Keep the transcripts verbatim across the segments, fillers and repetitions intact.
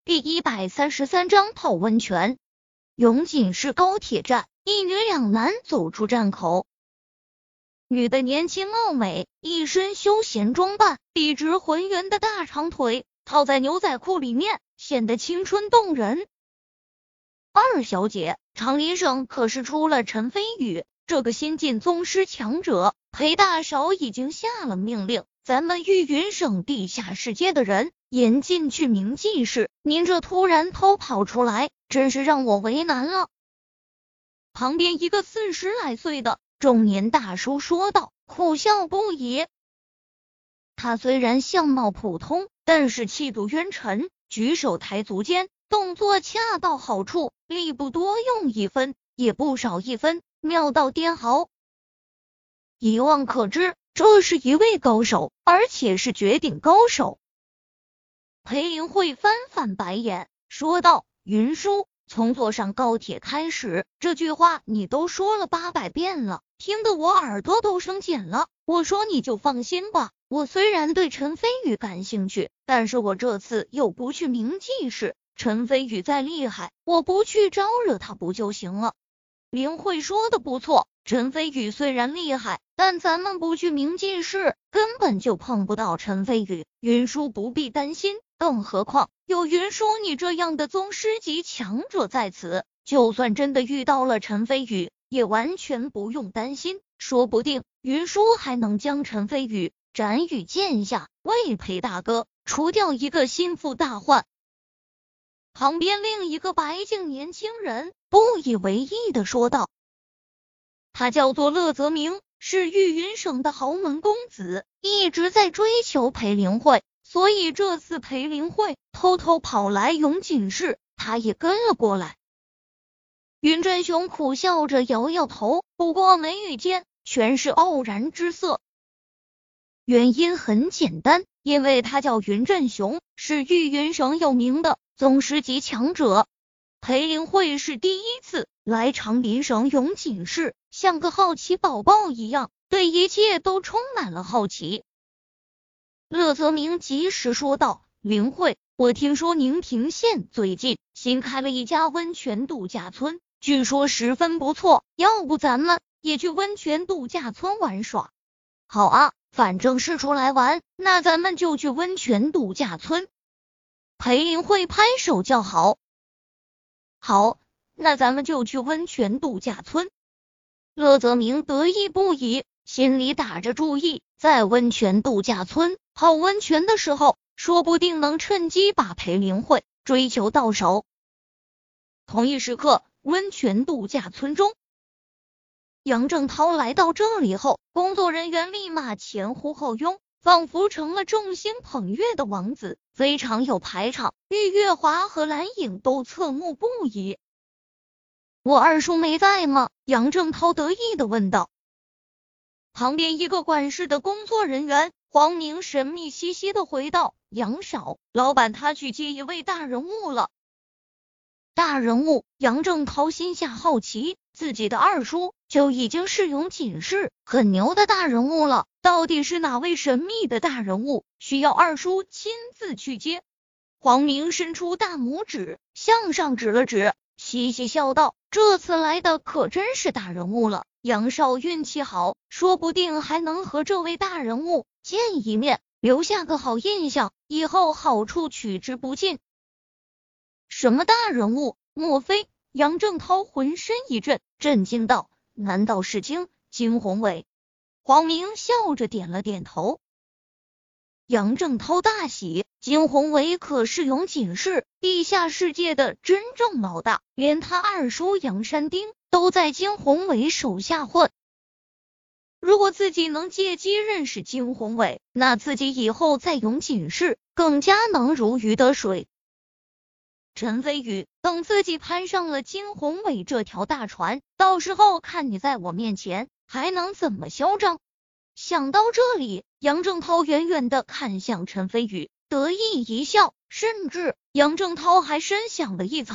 第一百三十三章泡温泉。永锦市高铁站，一女两男走出站口。女的年轻貌美，一身休闲装扮，笔直浑圆的大长腿套在牛仔裤里面，显得青春动人。二小姐，长林省可是出了陈飞宇这个新晋宗师强者，裴大少已经下了命令，咱们玉云省地下世界的人严禁去明记市，您这突然偷跑出来，真是让我为难了。旁边一个四十来岁的中年大叔说道，苦笑不已。他虽然相貌普通，但是气度渊沉，举手抬足间动作恰到好处，力不多用一分，也不少一分，妙到颠毫。一望可知，这是一位高手，而且是绝顶高手。裴林慧翻翻白眼，说道：“云叔，从坐上高铁开始，这句话你都说了八百遍了，听得我耳朵都生茧了。我说你就放心吧，我虽然对陈飞宇感兴趣，但是我这次又不去明记市，陈飞宇再厉害，我不去招惹他不就行了？”林慧说的不错，陈飞宇虽然厉害，但咱们不去明记市，根本就碰不到陈飞宇。云叔不必担心，更何况有云叔你这样的宗师级强者在此，就算真的遇到了陈飞宇，也完全不用担心，说不定云叔还能将陈飞宇斩于剑下，为裴大哥除掉一个心腹大患。旁边另一个白净年轻人不以为意地说道，他叫做乐泽明，是玉云省的豪门公子，一直在追求裴灵慧，所以这次裴灵慧偷偷跑来永锦市，他也跟了过来。云振雄苦笑着摇摇头，不过眉宇间全是傲然之色。原因很简单，因为他叫云振雄，是玉云省有名的宗师级强者。裴灵慧是第一次来长林省永锦市，像个好奇宝宝一样，对一切都充满了好奇。乐泽明及时说道，灵慧，我听说宁平县最近新开了一家温泉度假村，据说十分不错，要不咱们也去温泉度假村玩耍？好啊，反正是出来玩，那咱们就去温泉度假村。裴灵慧拍手叫好。好，那咱们就去温泉度假村。乐泽明得意不已，心里打着主意，在温泉度假村泡温泉的时候，说不定能趁机把裴灵慧追求到手。同一时刻，温泉度假村中，杨正涛来到这里后，工作人员立马前呼后拥，仿佛成了众星捧月的王子，非常有排场。玉月华和蓝影都侧目不已。我二叔没在吗？杨正涛得意地问道。旁边一个管事的工作人员黄明神秘兮兮地回道，杨少，老板他去接一位大人物了。大人物？杨正涛心下好奇，自己的二叔就已经是永锦市很牛的大人物了，到底是哪位神秘的大人物需要二叔亲自去接？黄明伸出大拇指向上指了指，嘻嘻笑道，这次来的可真是大人物了，杨少运气好，说不定还能和这位大人物见一面，留下个好印象，以后好处取之不尽。什么大人物？莫非？杨正涛浑身一震，震惊道，难道是金金宏伟？黄明笑着点了点头。杨正涛大喜，金宏伟可是永锦市地下世界的真正老大，连他二叔杨山丁都在金宏伟手下混。如果自己能借机认识金宏伟，那自己以后在永锦市更加能如鱼得水。陈飞宇，等自己攀上了金宏伟这条大船，到时候看你在我面前还能怎么嚣张。想到这里，杨正涛远远地看向陈飞宇，得意一笑，甚至杨正涛还深想了一层，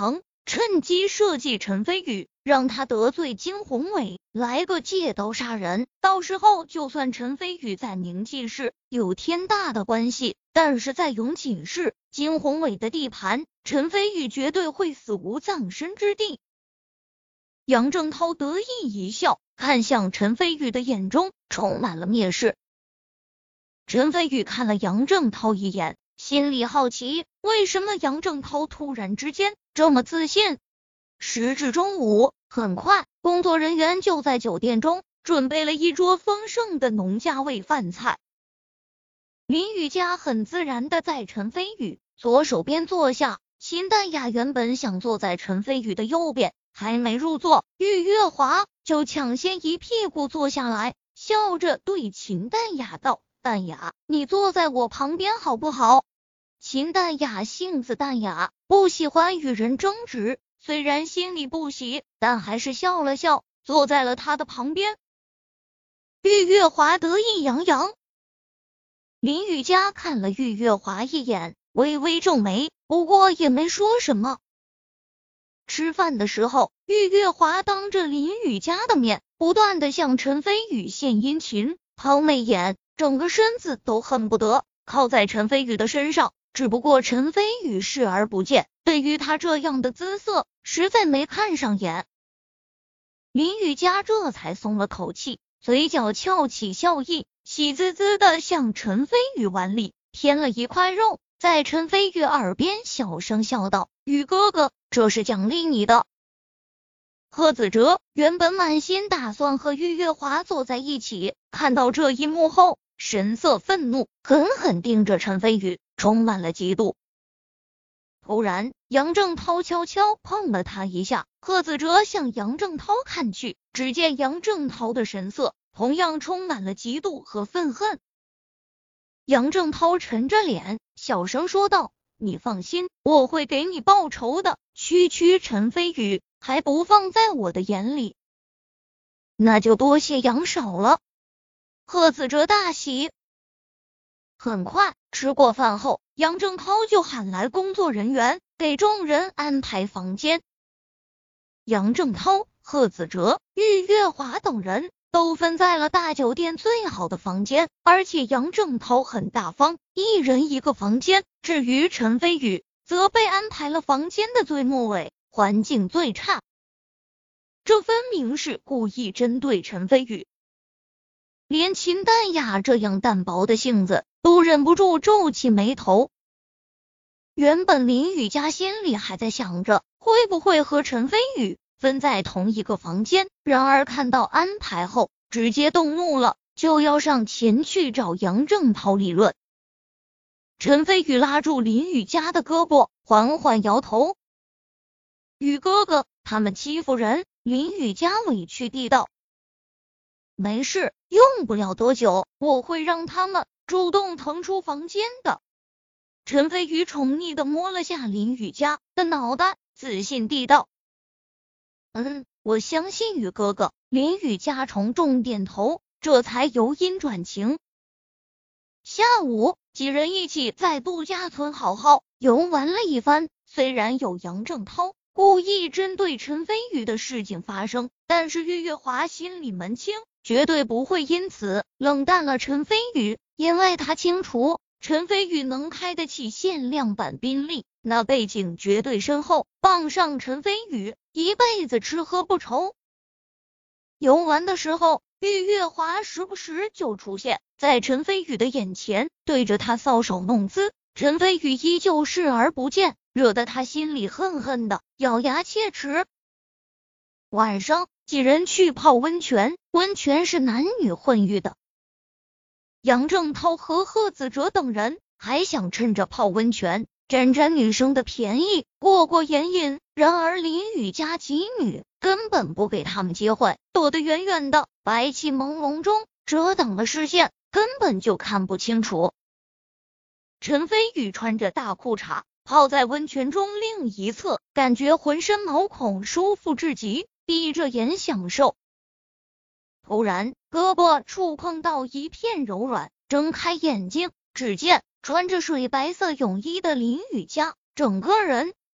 趁机设计陈飞宇，让他得罪金宏伟，来个借刀杀人。到时候就算陈飞宇在宁晋市有天大的关系，但是在永锦市金宏伟的地盘，陈飞宇绝对会死无葬身之地。杨正涛得意一笑，看向陈飞宇的眼中充满了蔑视。陈飞宇看了杨正涛一眼，心里好奇，为什么杨正涛突然之间这么自信？时至中午，很快工作人员就在酒店中准备了一桌丰盛的农家味饭菜。林雨佳很自然的在陈飞宇左手边坐下，秦淡雅原本想坐在陈飞宇的右边，还没入座，玉月华就抢先一屁股坐下来，笑着对秦淡雅道：淡雅，你坐在我旁边好不好？秦淡雅性子淡雅，不喜欢与人争执，虽然心里不喜，但还是笑了笑，坐在了他的旁边。玉月华得意洋洋。林雨佳看了玉月华一眼，微微皱眉，不过也没说什么。吃饭的时候，玉月华当着林雨佳的面，不断的向陈飞宇献殷勤，抛媚眼，整个身子都恨不得靠在陈飞宇的身上。只不过陈飞宇视而不见，对于他这样的姿色，实在没看上眼。林雨佳这才松了口气，嘴角翘起笑意，喜滋滋的向陈飞宇碗里添了一块肉，在陈飞宇耳边小声笑道：宇哥哥，这是奖励你的。贺子哲原本满心打算和玉月华坐在一起，看到这一幕后，神色愤怒，狠狠盯着陈飞宇，充满了嫉妒。突然，杨正涛悄悄碰了他一下，贺子哲向杨正涛看去，只见杨正涛的神色同样充满了嫉妒和愤恨。杨正涛沉着脸，小声说道：你放心，我会给你报仇的。区区陈飞宇还不放在我的眼里，那就多谢杨少了。贺子哲大喜。很快吃过饭后，杨正涛就喊来工作人员，给众人安排房间。杨正涛、贺子哲、玉月华等人都分在了大酒店最好的房间，而且杨正涛很大方，一人一个房间。至于陈飞宇，则被安排了房间的最末尾，环境最差。这分明是故意针对陈飞宇。连秦淡雅这样淡薄的性子都忍不住皱起眉头。原本林雨佳心里还在想着会不会和陈飞宇分在同一个房间，然而看到安排后直接动怒了，就要上前去找杨正涛理论。陈飞宇拉住林雨佳的胳膊，缓缓摇头：宇哥哥，他们欺负人。林雨佳委屈地道：没事，用不了多久，我会让他们主动腾出房间的。陈飞宇宠溺地摸了下林雨佳的脑袋，自信地道：嗯，我相信宇哥哥。林雨佳重重点头，这才由阴转晴。下午，几人一起在度假村好好游玩了一番，虽然有杨正涛故意针对陈飞宇的事情发生，但是玉月华心里门清，绝对不会因此冷淡了陈飞宇，因为他清楚陈飞宇能开得起限量版宾利，那背景绝对深厚，傍上陈飞宇一辈子吃喝不愁。游玩的时候，玉月华时不时就出现在陈飞宇的眼前，对着他搔首弄姿，陈飞宇依旧视而不见，惹得他心里恨恨的咬牙切齿。晚上，几人去泡温泉，温泉是男女混浴的。杨正涛和贺子哲等人还想趁着泡温泉占占女生的便宜，过过眼瘾，然而林雨佳几女根本不给他们机会，躲得远远的，白气朦胧中遮挡了视线，根本就看不清楚。陈飞宇穿着大裤衩泡在温泉中另一侧，感觉浑身毛孔舒服至极，闭着眼享受。突然胳膊触碰到一片柔软，睁开眼睛，只见穿着水白色泳衣的林雨佳整个人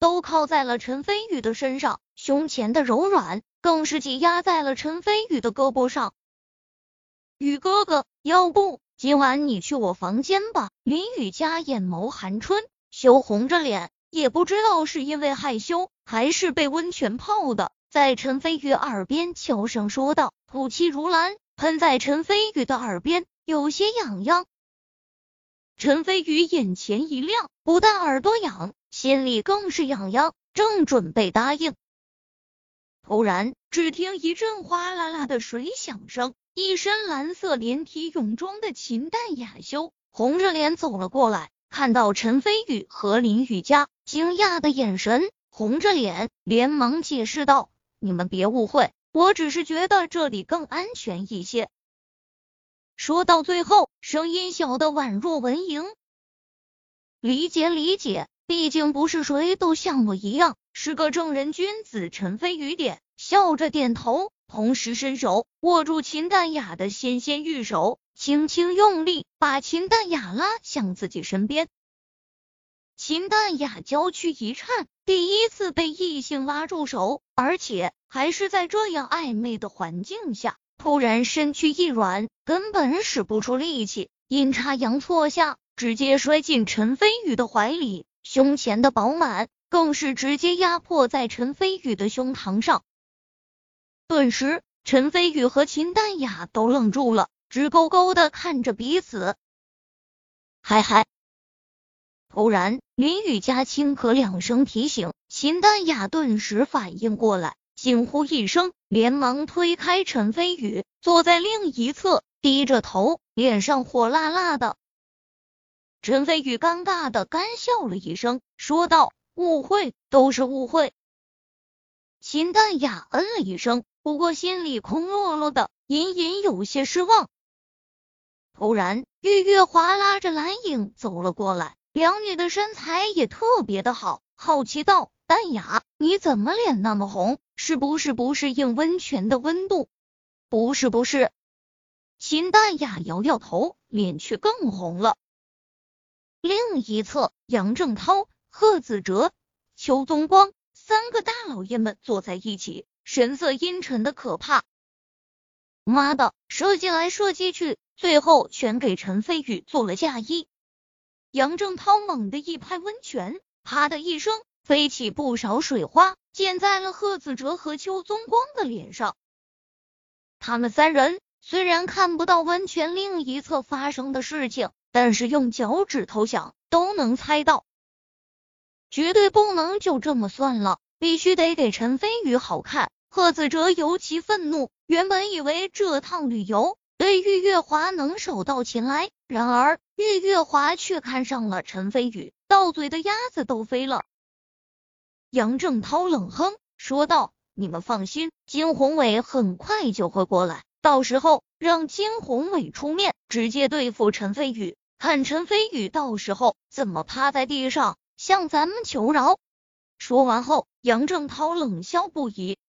都靠在了陈飞宇的身上，胸前的柔软更是挤压在了陈飞宇的胳膊上。宇哥哥，要不今晚你去我房间吧？林雨佳眼眸含春，羞红着脸，也不知道是因为害羞还是被温泉泡的，在陈飞宇耳边悄声说道，吐气如兰，喷在陈飞宇的耳边，有些痒痒。陈飞宇眼前一亮，不但耳朵痒，心里更是痒痒，正准备答应，突然只听一阵哗啦啦的水响声，一身蓝色连体泳装的秦淡雅羞红着脸走了过来，看到陈飞宇和林雨佳，惊讶的眼神，红着脸连忙解释道，你们别误会，我只是觉得这里更安全一些。说到最后，声音小的宛若蚊蝇。理解理解，毕竟不是谁都像我一样是个正人君子。陈飞宇点笑着点头，同时伸手握住秦淡雅的纤纤玉手，轻轻用力把秦淡雅拉向自己身边。秦淡雅娇躯一颤，第一次被异性拉住手，而且还是在这样暧昧的环境下，突然身躯一软，根本使不出力气，阴差阳错下直接摔进陈飞宇的怀里，胸前的饱满更是直接压迫在陈飞宇的胸膛上。顿时陈飞宇和秦淡雅都愣住了，直勾勾的看着彼此。嗨嗨！突然林雨佳轻咳两声提醒，秦淡雅顿时反应过来，惊呼一声，连忙推开陈飞宇，坐在另一侧，低着头，脸上火辣辣的。陈飞宇尴尬的干笑了一声，说道，误会，都是误会。秦淡雅嗯了一声，不过心里空落落的，隐隐有些失望。突然玉月华拉着蓝影走了过来，两女的身材也特别的好，好奇道，淡雅，你怎么脸那么红？是不是不适应温泉的温度？不是不是。秦淡雅摇摇头，脸却更红了。另一侧，杨正涛、贺子哲、邱宗光三个大老爷们坐在一起，神色阴沉的可怕。妈的，射击来射击去，最后全给陈飞宇做了嫁衣。杨正涛猛地一拍温泉，啪的一声飞起不少水花，溅在了贺子哲和邱宗光的脸上。他们三人虽然看不到温泉另一侧发生的事情，但是用脚趾头想都能猜到。绝对不能就这么算了，必须得给陈飞宇好看。贺子哲尤其愤怒，原本以为这趟旅游对玉月华能手到擒来，然而玉月华却看上了陈飞宇，到嘴的鸭子都飞了。杨正涛冷哼说道，你们放心，金宏伟很快就会过来，到时候让金宏伟出面直接对付陈飞宇，看陈飞宇到时候怎么趴在地上向咱们求饶。说完后，杨正涛冷笑不已，